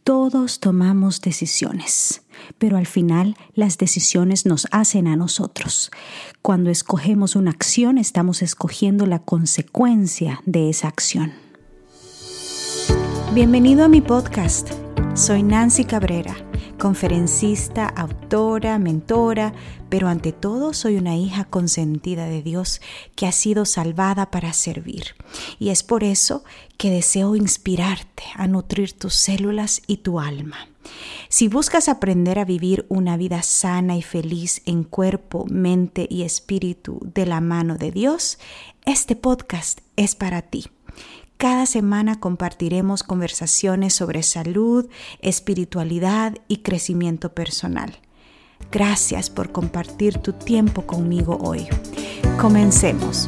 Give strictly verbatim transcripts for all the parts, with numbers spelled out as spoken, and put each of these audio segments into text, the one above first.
Todos tomamos decisiones, pero al final las decisiones nos hacen a nosotros. Cuando escogemos una acción, estamos escogiendo la consecuencia de esa acción. Bienvenido a mi podcast. Soy Nancy Cabrera, conferencista, autora, mentora, pero ante todo soy una hija consentida de Dios que ha sido salvada para servir. Y es por eso que deseo inspirarte a nutrir tus células y tu alma. Si buscas aprender a vivir una vida sana y feliz en cuerpo, mente y espíritu de la mano de Dios, este podcast es para ti. Cada semana compartiremos conversaciones sobre salud, espiritualidad y crecimiento personal. Gracias por compartir tu tiempo conmigo hoy. Comencemos.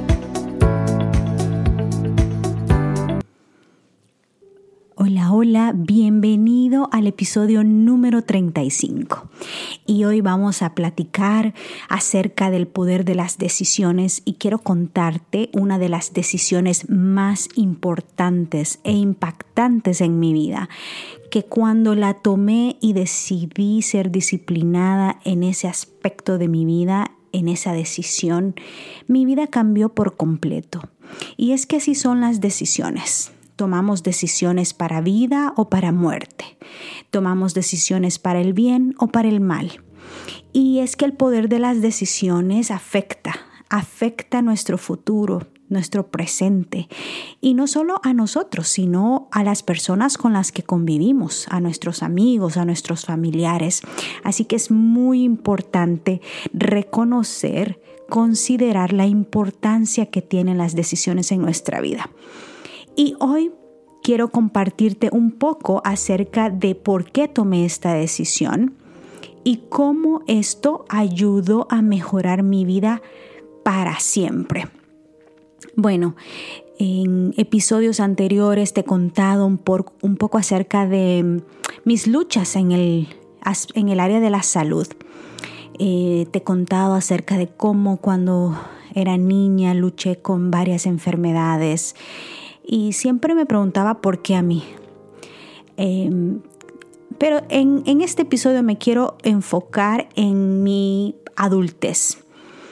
Hola, hola, bienvenido al episodio número treinta y cinco. Y hoy vamos a platicar acerca del poder de las decisiones y quiero contarte una de las decisiones más importantes e impactantes en mi vida, que cuando la tomé y decidí ser disciplinada en ese aspecto de mi vida, en esa decisión, mi vida cambió por completo. Y es que así son las decisiones. Tomamos decisiones para vida o para muerte. Tomamos decisiones para el bien o para el mal. Y es que el poder de las decisiones afecta, afecta nuestro futuro, nuestro presente. Y no solo a nosotros, sino a las personas con las que convivimos, a nuestros amigos, a nuestros familiares. Así que es muy importante reconocer, considerar la importancia que tienen las decisiones en nuestra vida. Y hoy quiero compartirte un poco acerca de por qué tomé esta decisión y cómo esto ayudó a mejorar mi vida para siempre. Bueno, en episodios anteriores te he contado un, por, un poco acerca de mis luchas en el, en el área de la salud. Eh, te he contado acerca de cómo cuando era niña luché con varias enfermedades. Y siempre me preguntaba por qué a mí. Eh, pero en, en este episodio me quiero enfocar en mi adultez.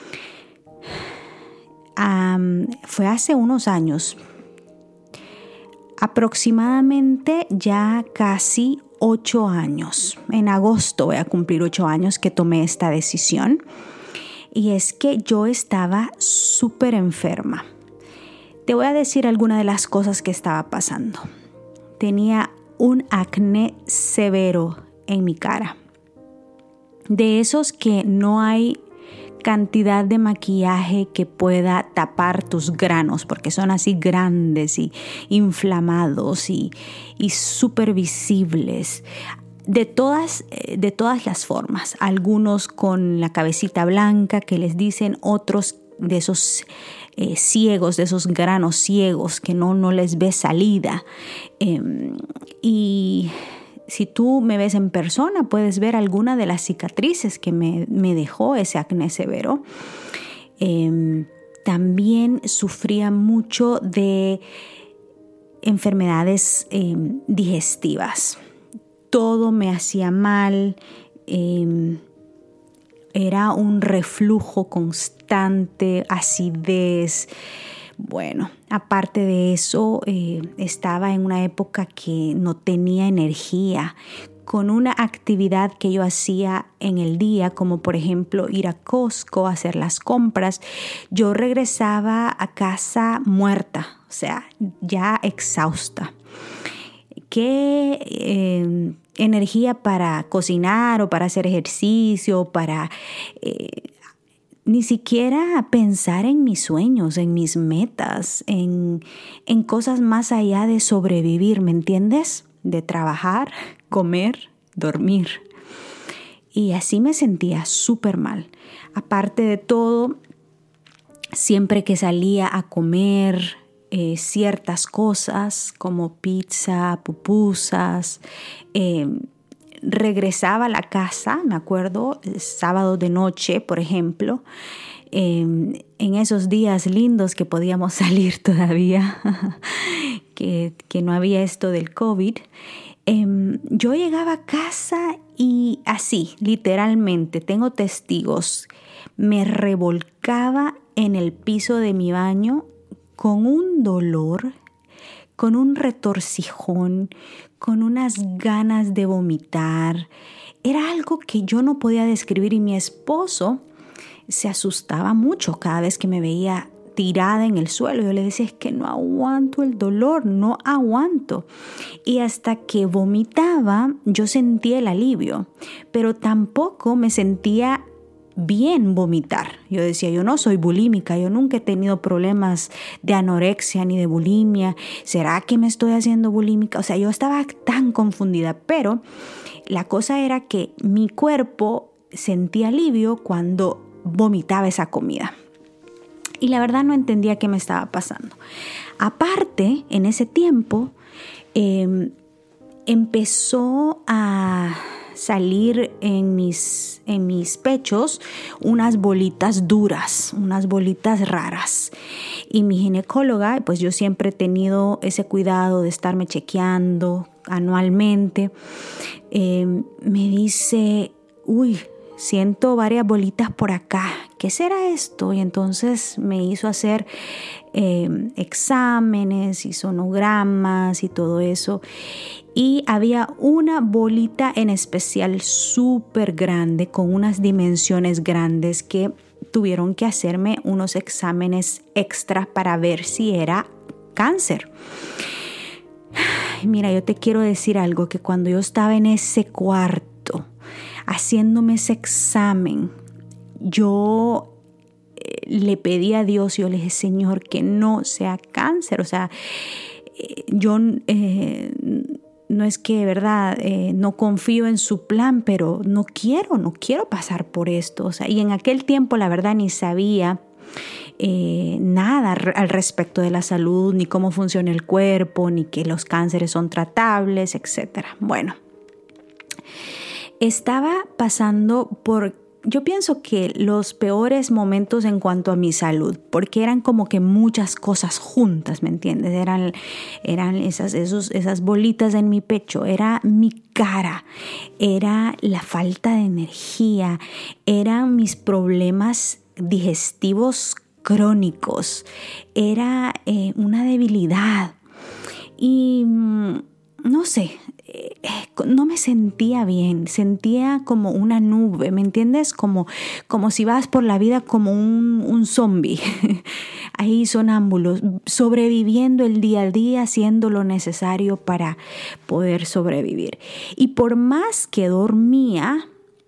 Um, fue hace unos años, aproximadamente ya casi ocho años. En agosto voy a cumplir ocho años que tomé esta decisión. Y es que yo estaba súper enferma. Te voy a decir algunas de las cosas que estaba pasando. Tenía un acné severo en mi cara. De esos que no hay cantidad de maquillaje que pueda tapar tus granos, porque son así grandes y inflamados y, y súper visibles. De todas, de todas las formas. Algunos con la cabecita blanca que les dicen, otros de esos eh, ciegos, de esos granos ciegos que no, no les ves salida. Eh, y si tú me ves en persona, puedes ver alguna de las cicatrices que me, me dejó ese acné severo. Eh, también sufría mucho de enfermedades eh, digestivas. Todo me hacía mal. Eh, Era un reflujo constante, acidez. Bueno, aparte de eso, eh, estaba en una época que no tenía energía. Con una actividad que yo hacía en el día, como por ejemplo ir a Costco a hacer las compras, yo regresaba a casa muerta, o sea, ya exhausta. ¿Qué eh, energía para cocinar o para hacer ejercicio, para eh, ni siquiera pensar en mis sueños, en mis metas, en, en cosas más allá de sobrevivir, ¿me entiendes? De trabajar, comer, dormir. Y así me sentía súper mal. Aparte de todo, siempre que salía a comer eh, ciertas cosas como pizza, pupusas, eh, regresaba a la casa, me acuerdo, sábado de noche, por ejemplo, eh, en esos días lindos que podíamos salir todavía, que, que no había esto del COVID, eh, yo llegaba a casa y así, literalmente, tengo testigos, me revolcaba en el piso de mi baño con un dolor, con un retorcijón, con unas ganas de vomitar. Era algo que yo no podía describir y mi esposo se asustaba mucho cada vez que me veía tirada en el suelo. Yo le decía, es que no aguanto el dolor, no aguanto. Y hasta que vomitaba, yo sentía el alivio, pero tampoco me sentía bien vomitar. Yo decía, yo no soy bulímica, yo nunca he tenido problemas de anorexia ni de bulimia. ¿Será que me estoy haciendo bulímica? O sea, yo estaba tan confundida, pero la cosa era que mi cuerpo sentía alivio cuando vomitaba esa comida. Y la verdad no entendía qué me estaba pasando. Aparte, en ese tiempo, eh, empezó a salir en mis, en mis pechos unas bolitas duras, unas bolitas raras. Y mi ginecóloga, pues yo siempre he tenido ese cuidado de estarme chequeando anualmente, eh, me dice, uy, siento varias bolitas por acá, ¿qué será esto? Y entonces me hizo hacer eh, exámenes y sonogramas y todo eso. Y había una bolita en especial súper grande, con unas dimensiones grandes, que tuvieron que hacerme unos exámenes extra para ver si era cáncer. Mira, yo te quiero decir algo, que cuando yo estaba en ese cuarto haciéndome ese examen, yo eh, le pedí a Dios, yo le dije, Señor, que no sea cáncer. O sea, eh, yo eh, no es que, verdad, eh, no confío en su plan, pero no quiero, no quiero pasar por esto. O sea, y en aquel tiempo, la verdad, ni sabía Eh, nada al respecto de la salud, ni cómo funciona el cuerpo, ni que los cánceres son tratables, etcétera. Bueno, estaba pasando por, yo pienso que los peores momentos en cuanto a mi salud, porque eran como que muchas cosas juntas, ¿me entiendes? Eran, eran esas, esos, esas bolitas en mi pecho, era mi cara, era la falta de energía, eran mis problemas digestivos crónicos, era eh, una debilidad y mm, no sé, eh, no me sentía bien, sentía como una nube, ¿me entiendes? Como, como si vas por la vida como un, un zombie, ahí sonámbulos, sobreviviendo el día a día, haciendo lo necesario para poder sobrevivir. Y por más que dormía,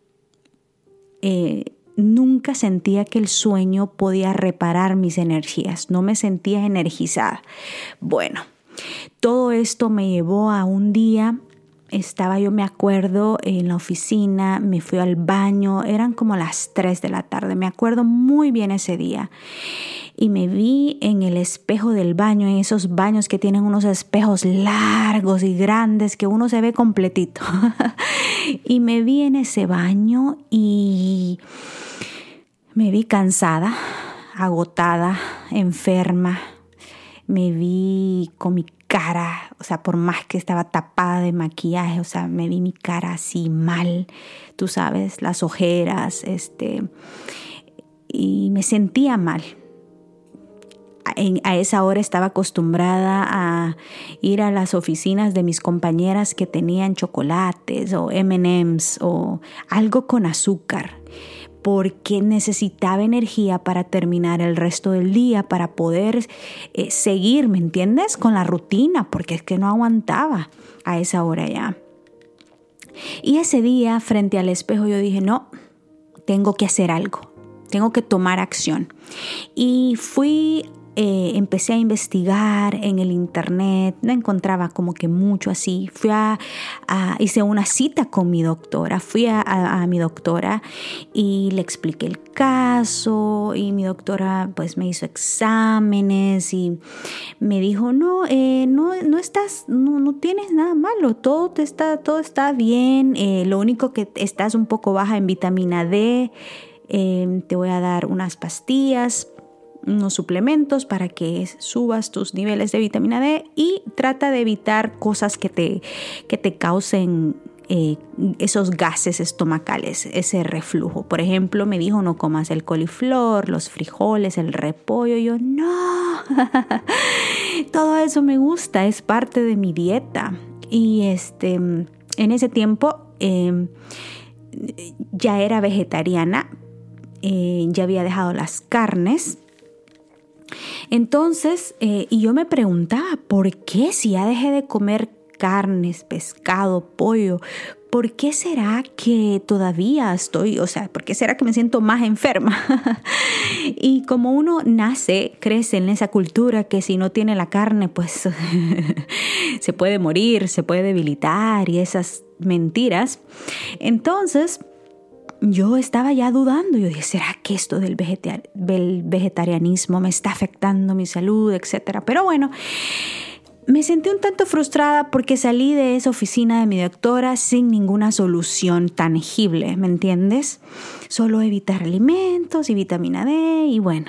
eh, nunca sentía que el sueño podía reparar mis energías, no me sentía energizada. Bueno, todo esto me llevó a un día, estaba yo me acuerdo en la oficina, me fui al baño, eran como las tres de la tarde, me acuerdo muy bien ese día. Y me vi en el espejo del baño, en esos baños que tienen unos espejos largos y grandes que uno se ve completito. Y me vi en ese baño y me vi cansada, agotada, enferma. Me vi con mi cara, o sea, por más que estaba tapada de maquillaje, o sea, me vi mi cara así mal, tú sabes, las ojeras, este, y me sentía mal. En, a esa hora estaba acostumbrada a ir a las oficinas de mis compañeras que tenían chocolates o eme and eme's o algo con azúcar, porque necesitaba energía para terminar el resto del día, para poder eh, seguir, ¿me entiendes? Con la rutina, porque es que no aguantaba a esa hora ya. Y ese día, frente al espejo, yo dije, no, tengo que hacer algo, tengo que tomar acción. Y fui... Eh, empecé a investigar en el internet, no encontraba como que mucho así. Fui a, a hice una cita con mi doctora, fui a, a, a mi doctora y le expliqué el caso y mi doctora pues me hizo exámenes y me dijo no, eh, no, no estás, no, no tienes nada malo, todo te está, todo está bien, eh, lo único que estás un poco baja en vitamina D. eh, te voy a dar unas pastillas, unos suplementos para que subas tus niveles de vitamina D y trata de evitar cosas que te, que te causen eh, esos gases estomacales, ese reflujo. Por ejemplo, me dijo no comas el coliflor, los frijoles, el repollo. Y yo, no, todo eso me gusta, es parte de mi dieta. Y este, en ese tiempo eh, ya era vegetariana, eh, ya había dejado las carnes. Entonces, eh, y yo me preguntaba, ¿por qué si ya dejé de comer carnes, pescado, pollo, por qué será que todavía estoy, o sea, por qué será que me siento más enferma? Y como uno nace, crece en esa cultura que si no tiene la carne, pues se puede morir, se puede debilitar y esas mentiras. Entonces, yo estaba ya dudando, yo dije, ¿será que esto del, vegetar- del vegetarianismo me está afectando mi salud, etcétera? Pero bueno, me sentí un tanto frustrada porque salí de esa oficina de mi doctora sin ninguna solución tangible, ¿me entiendes? Solo evitar alimentos y vitamina D y bueno.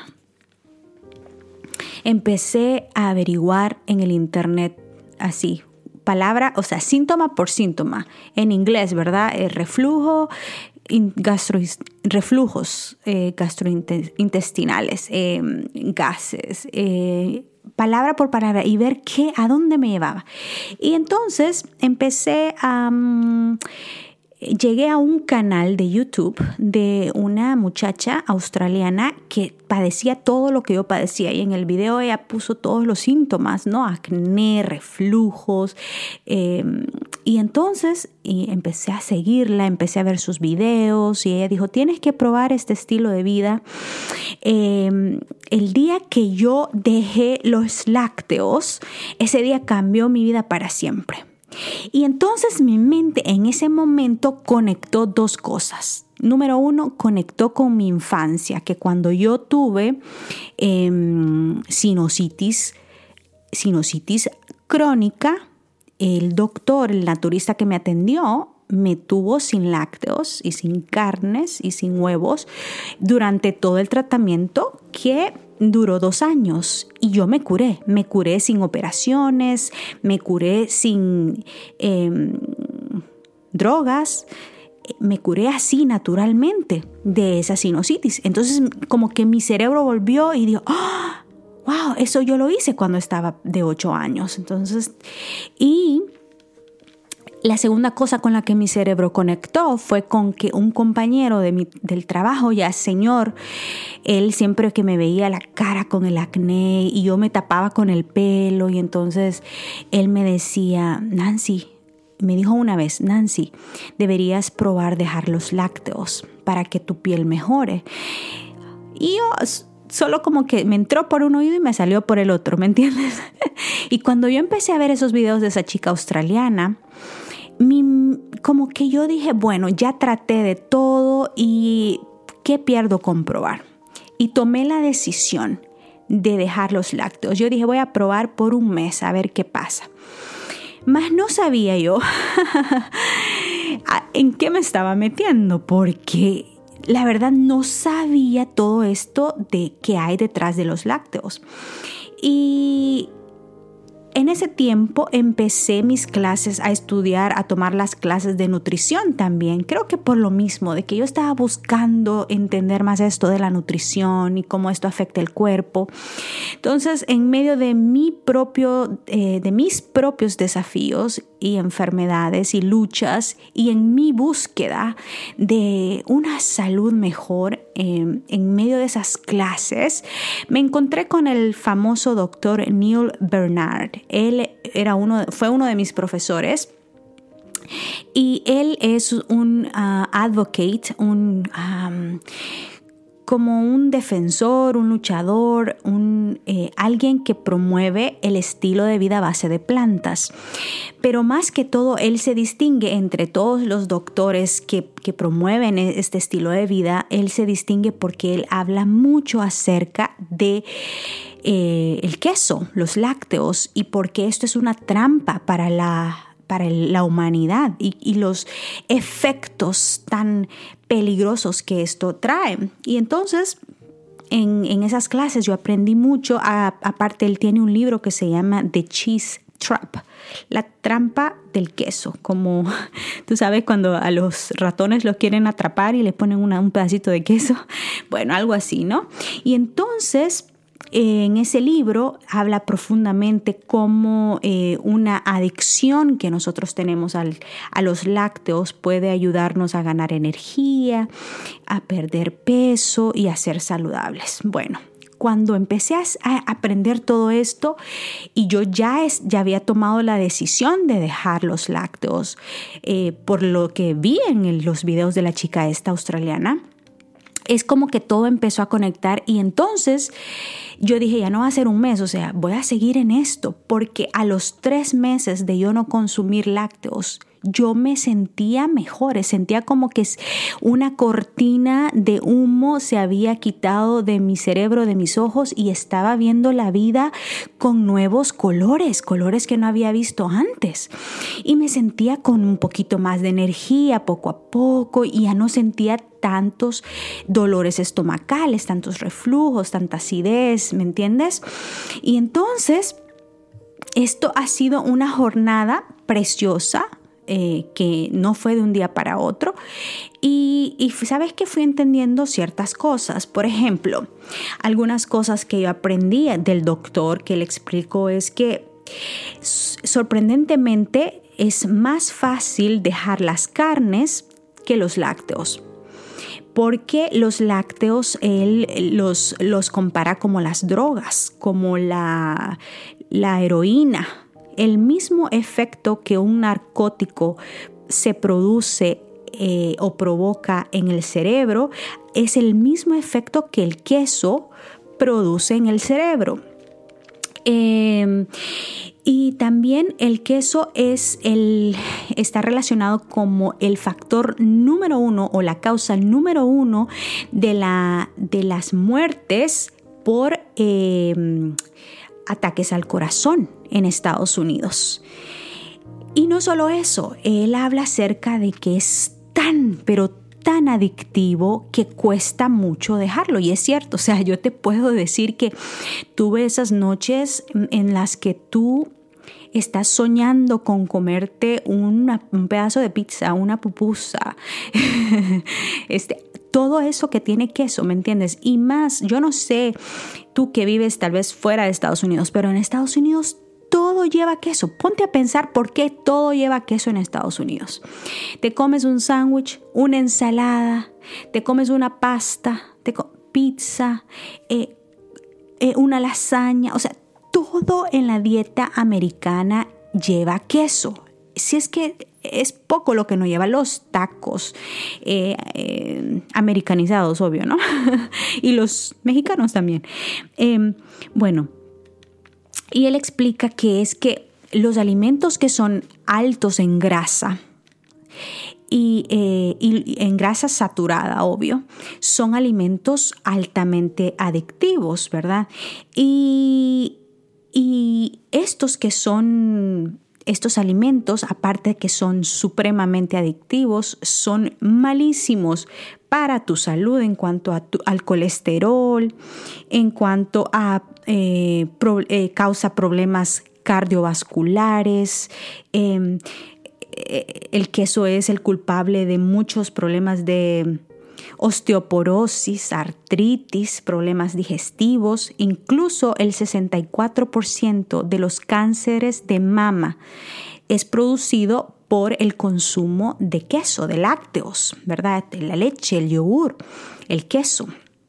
Empecé a averiguar en el internet así, palabra, o sea, síntoma por síntoma, en inglés, ¿verdad? El reflujo, Gastro, reflujos eh, gastrointestinales, eh, gases, eh, palabra por palabra y ver qué, a dónde me llevaba. Y entonces empecé a... Um, llegué a un canal de YouTube de una muchacha australiana que padecía todo lo que yo padecía y en el video ella puso todos los síntomas, ¿no? Acné, reflujos, eh, y entonces y empecé a seguirla, empecé a ver sus videos y ella dijo, tienes que probar este estilo de vida. Eh, el día que yo dejé los lácteos, ese día cambió mi vida para siempre. Y entonces mi mente en ese momento conectó dos cosas. Número uno, conectó con mi infancia, que cuando yo tuve eh, sinusitis, sinusitis crónica, el doctor, el naturista que me atendió, me tuvo sin lácteos y sin carnes y sin huevos durante todo el tratamiento que duró dos años y yo me curé, me curé sin operaciones, me curé sin eh, drogas, me curé así naturalmente de esa sinusitis. Entonces como que mi cerebro volvió y dijo, ¡oh! ¡Wow! Eso yo lo hice cuando estaba de ocho años. Entonces, y la segunda cosa con la que mi cerebro conectó fue con que un compañero de mi, del trabajo, ya señor, él siempre que me veía la cara con el acné y yo me tapaba con el pelo y entonces él me decía, Nancy, me dijo una vez, Nancy, deberías probar dejar los lácteos para que tu piel mejore. Y yo solo como que me entró por un oído y me salió por el otro, ¿me entiendes? Y cuando yo empecé a ver esos videos de esa chica australiana, Mi, como que yo dije, bueno, ya traté de todo y ¿qué pierdo con probar? Y tomé la decisión de dejar los lácteos. Yo dije, voy a probar por un mes a ver qué pasa. Mas no sabía yo en qué me estaba metiendo, porque la verdad no sabía todo esto de qué hay detrás de los lácteos. Y en ese tiempo empecé mis clases a estudiar, a tomar las clases de nutrición también. Creo que por lo mismo, de que yo estaba buscando entender más esto de la nutrición y cómo esto afecta el cuerpo. Entonces, en medio de mi propio, eh, de mis propios desafíos y enfermedades y luchas y en mi búsqueda de una salud mejor, eh, en medio de esas clases, me encontré con el famoso doctor Neil Bernard. Él era uno, fue uno de mis profesores y él es un uh, advocate, un, um, como un defensor, un luchador, un, eh, alguien que promueve el estilo de vida a base de plantas. Pero más que todo, él se distingue entre todos los doctores que, que promueven este estilo de vida. Él se distingue porque él habla mucho acerca de Eh, el queso, los lácteos y porque esto es una trampa para la, para el, la humanidad y, y los efectos tan peligrosos que esto trae. Y entonces en, en esas clases yo aprendí mucho. A, aparte, él tiene un libro que se llama The Cheese Trap, la trampa del queso, como tú sabes cuando a los ratones los quieren atrapar y le ponen una, un pedacito de queso, bueno, algo así, ¿no? Y entonces en ese libro habla profundamente cómo eh, una adicción que nosotros tenemos al, a los lácteos puede ayudarnos a ganar energía, a perder peso y a ser saludables. Bueno, cuando empecé a aprender todo esto y yo ya, es, ya había tomado la decisión de dejar los lácteos, eh, por lo que vi en los videos de la chica esta australiana, es como que todo empezó a conectar y entonces yo dije, ya no va a ser un mes, o sea, voy a seguir en esto, porque a los tres meses de yo no consumir lácteos, yo me sentía mejor, sentía como que una cortina de humo se había quitado de mi cerebro, de mis ojos, y estaba viendo la vida con nuevos colores, colores que no había visto antes. Y me sentía con un poquito más de energía poco a poco y ya no sentía tantos dolores estomacales, tantos reflujos, tanta acidez, ¿me entiendes? Y entonces, esto ha sido una jornada preciosa, Eh, que no fue de un día para otro y, y sabes que fui entendiendo ciertas cosas. Por ejemplo, algunas cosas que yo aprendí del doctor que le explicó es que sorprendentemente es más fácil dejar las carnes que los lácteos, porque los lácteos él los, los compara como las drogas, como la, la heroína. El mismo efecto que un narcótico se produce eh, o provoca en el cerebro es el mismo efecto que el queso produce en el cerebro. Eh, y también el queso es el, está relacionado como el factor número uno o la causa número uno de, la, de las muertes por eh, ataques al corazón en Estados Unidos. Y no solo eso, él habla acerca de que es tan, pero tan adictivo que cuesta mucho dejarlo. Y es cierto, o sea, yo te puedo decir que tuve esas noches en las que tú estás soñando con comerte una, un pedazo de pizza, una pupusa, este, todo eso que tiene queso, ¿me entiendes? Y más, yo no sé, tú que vives tal vez fuera de Estados Unidos, pero en Estados Unidos todo lleva queso. Ponte a pensar por qué todo lleva queso en Estados Unidos. Te comes un sándwich, una ensalada, te comes una pasta, te co- pizza, eh, eh, una lasaña, o sea, todo en la dieta americana lleva queso. Si es que es poco lo que no lleva, los tacos eh, eh, americanizados, obvio, ¿no? Y los mexicanos también. Eh, bueno, y él explica que es que los alimentos que son altos en grasa y, eh, y en grasa saturada, obvio, son alimentos altamente adictivos, ¿verdad? Y, y estos que son... Estos alimentos, aparte de que son supremamente adictivos, son malísimos para tu salud en cuanto a tu, al colesterol, en cuanto a eh, pro, eh, causa problemas cardiovasculares. Eh, el queso es el culpable de muchos problemas de osteoporosis, artritis, problemas digestivos, incluso el sesenta y cuatro por ciento de los cánceres de mama es producido por el consumo de queso, de lácteos, ¿verdad? La leche, el yogur, el queso.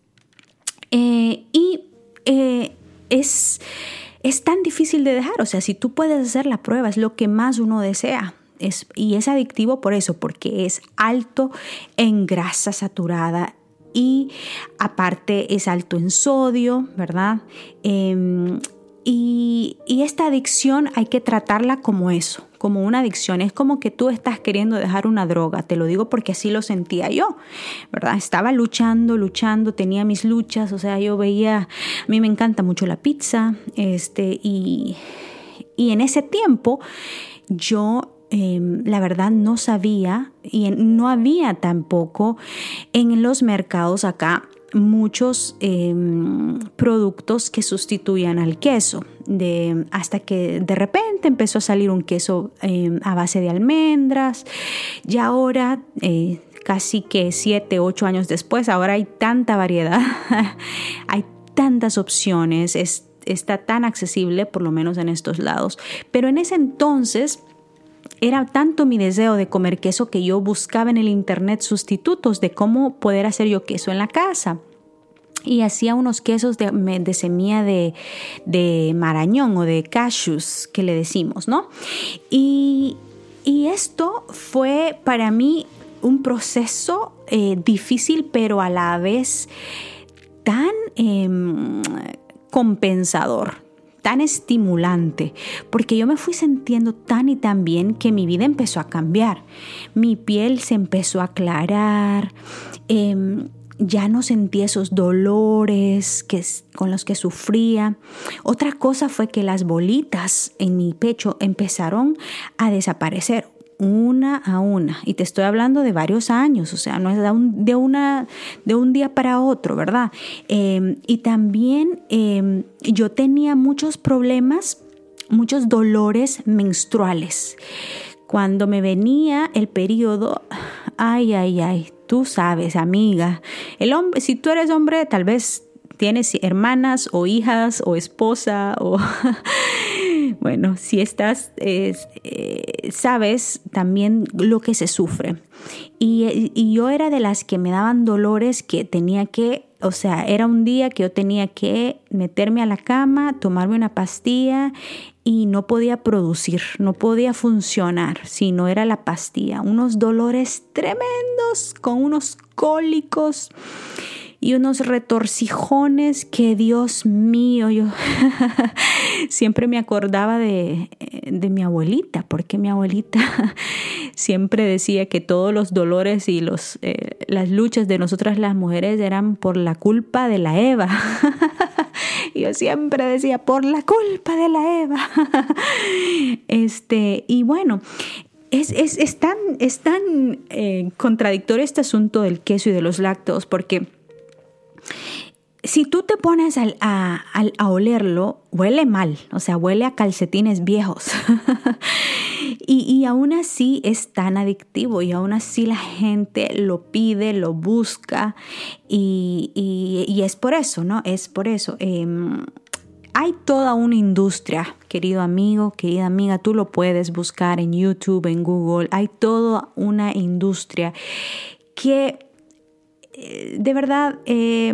Eh, y eh, es, es tan difícil de dejar, o sea, si tú puedes hacer la prueba, es lo que más uno desea. Es, y es adictivo por eso, porque es alto en grasa saturada y aparte es alto en sodio, ¿verdad? Eh, y, y esta adicción hay que tratarla como eso, como una adicción. Es como que tú estás queriendo dejar una droga, te lo digo porque así lo sentía yo, ¿verdad? Estaba luchando, luchando, tenía mis luchas, o sea, yo veía, a mí me encanta mucho la pizza, este, y, y en ese tiempo yo eh, la verdad no sabía y no había tampoco en los mercados acá muchos eh, productos que sustituían al queso, de, hasta que de repente empezó a salir un queso eh, a base de almendras y ahora eh, casi que siete, ocho años después, ahora hay tanta variedad, hay tantas opciones, es, está tan accesible por lo menos en estos lados, pero en ese entonces era tanto mi deseo de comer queso que yo buscaba en el internet sustitutos de cómo poder hacer yo queso en la casa. Y hacía unos quesos de, de semilla de, de marañón o de cashews que le decimos, ¿no? Y, y esto fue para mí un proceso eh, difícil, pero a la vez tan eh, compensador, tan estimulante, porque yo me fui sintiendo tan y tan bien que mi vida empezó a cambiar. Mi piel se empezó a aclarar, eh, ya no sentí esos dolores que, con los que sufría. Otra cosa fue que las bolitas en mi pecho empezaron a desaparecer una a una. Y te estoy hablando de varios años, o sea, no es de un, de una, de un día para otro, ¿verdad? Eh, y también eh, yo tenía muchos problemas, muchos dolores menstruales. Cuando me venía el periodo, ay, ay, ay, tú sabes, amiga, el hombre, si tú eres hombre, tal vez tienes hermanas o hijas o esposa o bueno, si estás, eh, eh, sabes también lo que se sufre. Y, y yo era de las que me daban dolores que tenía que, o sea, era un día que yo tenía que meterme a la cama, tomarme una pastilla y no podía producir, no podía funcionar si no era la pastilla. Unos dolores tremendos con unos cólicos y unos retorcijones que, Dios mío, yo siempre me acordaba de, de mi abuelita, porque mi abuelita siempre decía que todos los dolores y los, eh, las luchas de nosotras las mujeres eran por la culpa de la Eva. Y yo siempre decía, por la culpa de la Eva. Este, y bueno, es, es, es tan, es tan eh, contradictorio este asunto del queso y de los lácteos, porque si tú te pones a, a, a olerlo, huele mal, o sea, huele a calcetines viejos. y, y aún así es tan adictivo y aún así la gente lo pide, lo busca y, y, y es por eso, ¿no? Es por eso. Eh, hay toda una industria, querido amigo, querida amiga, tú lo puedes buscar en YouTube, en Google. Hay toda una industria que eh, de verdad... Eh,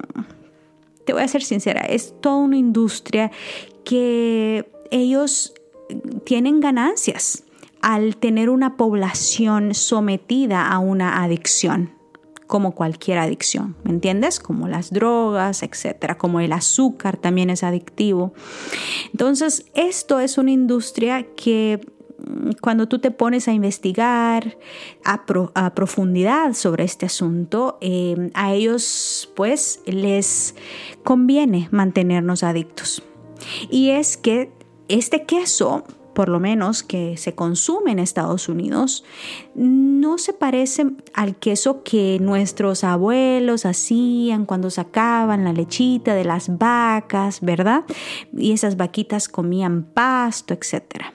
Te voy a ser sincera, es toda una industria que ellos tienen ganancias al tener una población sometida a una adicción, como cualquier adicción, ¿me entiendes? Como las drogas, etcétera, como el azúcar también es adictivo. Entonces, esto es una industria que cuando tú te pones a investigar a, pro, a profundidad sobre este asunto, eh, a ellos pues les conviene mantenernos adictos. Y es que este queso, por lo menos que se consume en Estados Unidos, no se parece al queso que nuestros abuelos hacían cuando sacaban la lechita de las vacas, ¿verdad? Y esas vaquitas comían pasto, etcétera.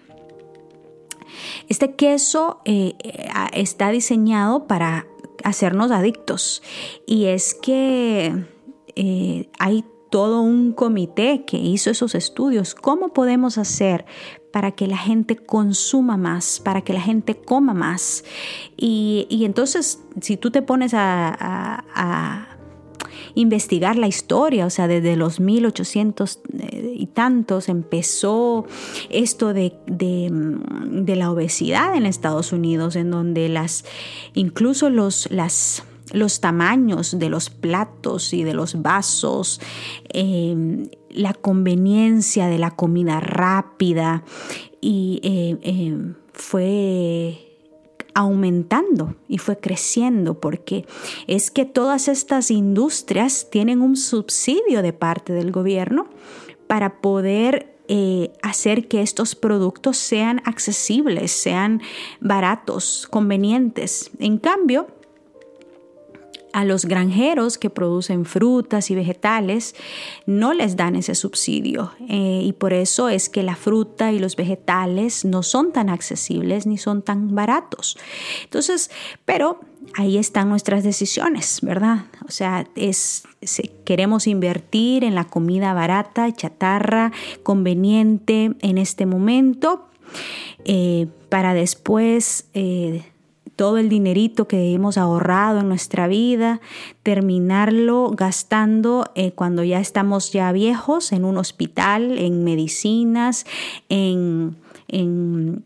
Este queso eh, está diseñado para hacernos adictos y es que eh, hay todo un comité que hizo esos estudios. ¿Cómo podemos hacer para que la gente consuma más, para que la gente coma más? Y, y entonces, si tú te pones a, a, a investigar la historia, o sea, desde los mil ochocientos y tantos empezó esto de, de, de la obesidad en Estados Unidos, en donde las, incluso los, las, los tamaños de los platos y de los vasos, eh, la conveniencia de la comida rápida y eh, eh, fue aumentando y fue creciendo, porque es que todas estas industrias tienen un subsidio de parte del gobierno para poder eh, hacer que estos productos sean accesibles, sean baratos, convenientes. En cambio, a los granjeros que producen frutas y vegetales no les dan ese subsidio eh, y por eso es que la fruta y los vegetales no son tan accesibles ni son tan baratos. Entonces, pero ahí están nuestras decisiones, ¿verdad? O sea, es, si queremos invertir en la comida barata, chatarra, conveniente en este momento, eh, para después Eh, todo el dinerito que hemos ahorrado en nuestra vida, terminarlo gastando eh, cuando ya estamos ya viejos en un hospital, en medicinas, en, en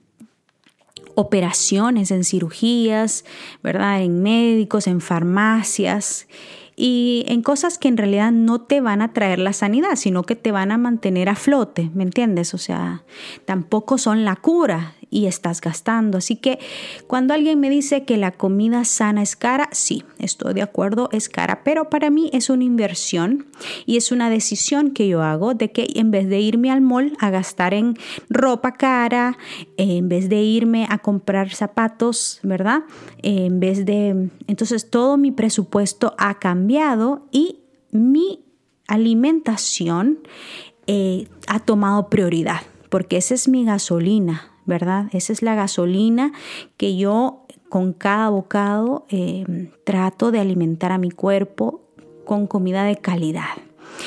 operaciones, en cirugías, ¿verdad? En médicos, en farmacias y en cosas que en realidad no te van a traer la sanidad, sino que te van a mantener a flote, ¿me entiendes? O sea, tampoco son la cura y estás gastando. Así que cuando alguien me dice que la comida sana es cara, sí, estoy de acuerdo, es cara, pero para mí es una inversión y es una decisión que yo hago de que en vez de irme al mall a gastar en ropa cara, eh, en vez de irme a comprar zapatos, ¿verdad? Eh, en vez de... Entonces todo mi presupuesto ha cambiado y mi alimentación eh, ha tomado prioridad, porque esa es mi gasolina, ¿verdad? Esa es la gasolina que yo con cada bocado eh, trato de alimentar a mi cuerpo con comida de calidad.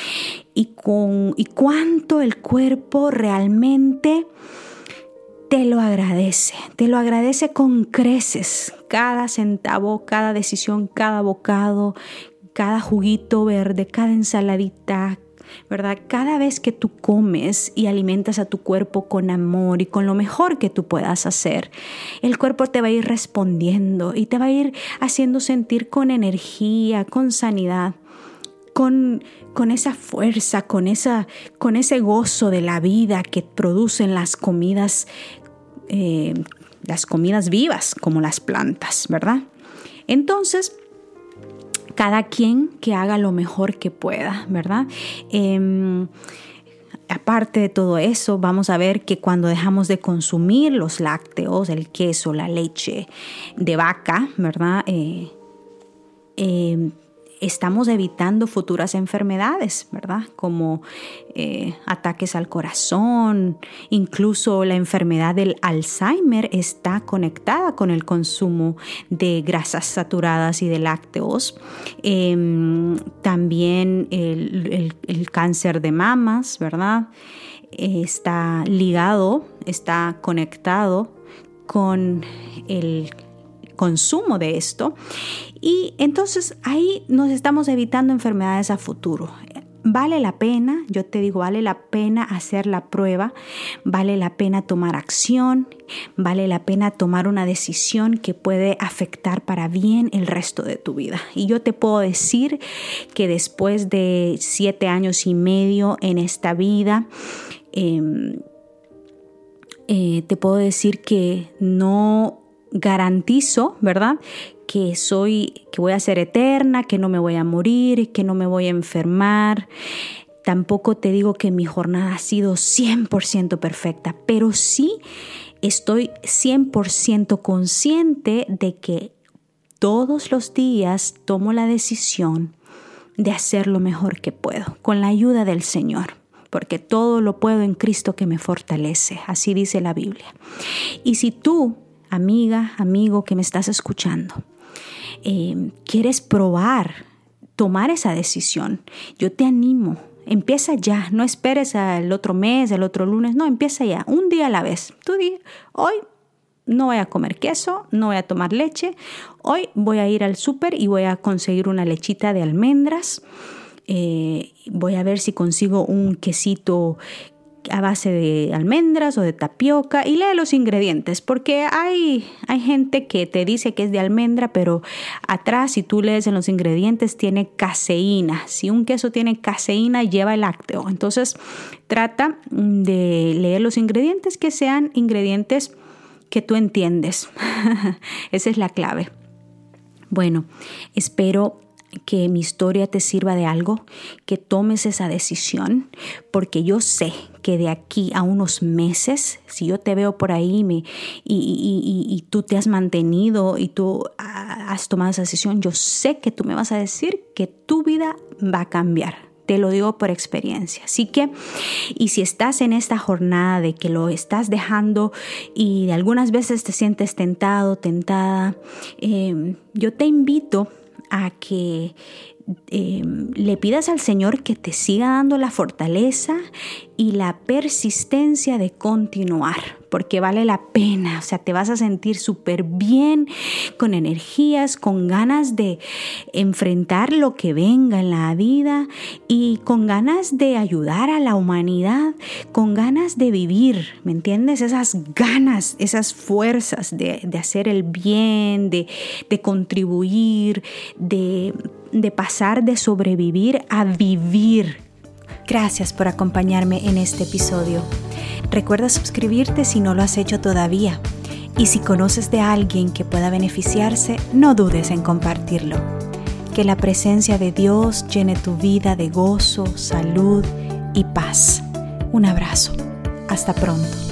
Y, con, y cuánto el cuerpo realmente te lo agradece, te lo agradece con creces. Cada centavo, cada decisión, cada bocado, cada juguito verde, cada ensaladita, ¿verdad? Cada vez que tú comes y alimentas a tu cuerpo con amor y con lo mejor que tú puedas hacer, el cuerpo te va a ir respondiendo y te va a ir haciendo sentir con energía, con sanidad, con, con esa fuerza, con, esa, con ese gozo de la vida que producen las comidas, eh, las comidas vivas como las plantas, ¿verdad? Entonces, cada quien que haga lo mejor que pueda, ¿verdad? Eh, aparte de todo eso, vamos a ver que cuando dejamos de consumir los lácteos, el queso, la leche de vaca, ¿verdad? Eh, eh, estamos evitando futuras enfermedades, ¿verdad? Como eh, ataques al corazón, incluso la enfermedad del Alzheimer está conectada con el consumo de grasas saturadas y de lácteos. Eh, también el, el, el cáncer de mamas, ¿verdad? Eh, está ligado, está conectado con el consumo de esto. Y entonces ahí nos estamos evitando enfermedades a futuro. Vale la pena, yo te digo, vale la pena hacer la prueba, vale la pena tomar acción, vale la pena tomar una decisión que puede afectar para bien el resto de tu vida. Y yo te puedo decir que después de siete años y medio en esta vida, eh, eh, te puedo decir que no garantizo, ¿verdad?, que soy, que voy a ser eterna, que no me voy a morir, que no me voy a enfermar. Tampoco te digo que mi jornada ha sido cien por ciento perfecta, pero sí estoy cien por ciento consciente de que todos los días tomo la decisión de hacer lo mejor que puedo, con la ayuda del Señor, porque todo lo puedo en Cristo que me fortalece, así dice la Biblia. Y si tú, amiga, amigo que me estás escuchando, eh, quieres probar, tomar esa decisión, yo te animo, empieza ya, no esperes al otro mes, al otro lunes, no, empieza ya, un día a la vez. Tú di, hoy no voy a comer queso, no voy a tomar leche, hoy voy a ir al súper y voy a conseguir una lechita de almendras, eh, voy a ver si consigo un quesito a base de almendras o de tapioca y lee los ingredientes, porque hay, hay gente que te dice que es de almendra, pero atrás, si tú lees en los ingredientes, tiene caseína. Si un queso tiene caseína, lleva el lácteo. Entonces, trata de leer los ingredientes que sean ingredientes que tú entiendes. Esa es la clave. Bueno, espero que mi historia te sirva de algo, que tomes esa decisión, porque yo sé que de aquí a unos meses, si yo te veo por ahí me, y, y, y, y tú te has mantenido y tú has tomado esa decisión, yo sé que tú me vas a decir que tu vida va a cambiar. Te lo digo por experiencia. Así que, y si estás en esta jornada de que lo estás dejando y de algunas veces te sientes tentado, tentada, eh, yo te invito a que eh, le pidas al Señor que te siga dando la fortaleza y la persistencia de continuar, porque vale la pena. O sea, te vas a sentir súper bien, con energías, con ganas de enfrentar lo que venga en la vida y con ganas de ayudar a la humanidad, con ganas de vivir, ¿me entiendes? Esas ganas, esas fuerzas de, de hacer el bien, de, de contribuir, de, de pasar de sobrevivir a vivir. Gracias por acompañarme en este episodio. Recuerda suscribirte si no lo has hecho todavía. Y si conoces de alguien que pueda beneficiarse, no dudes en compartirlo. Que la presencia de Dios llene tu vida de gozo, salud y paz. Un abrazo. Hasta pronto.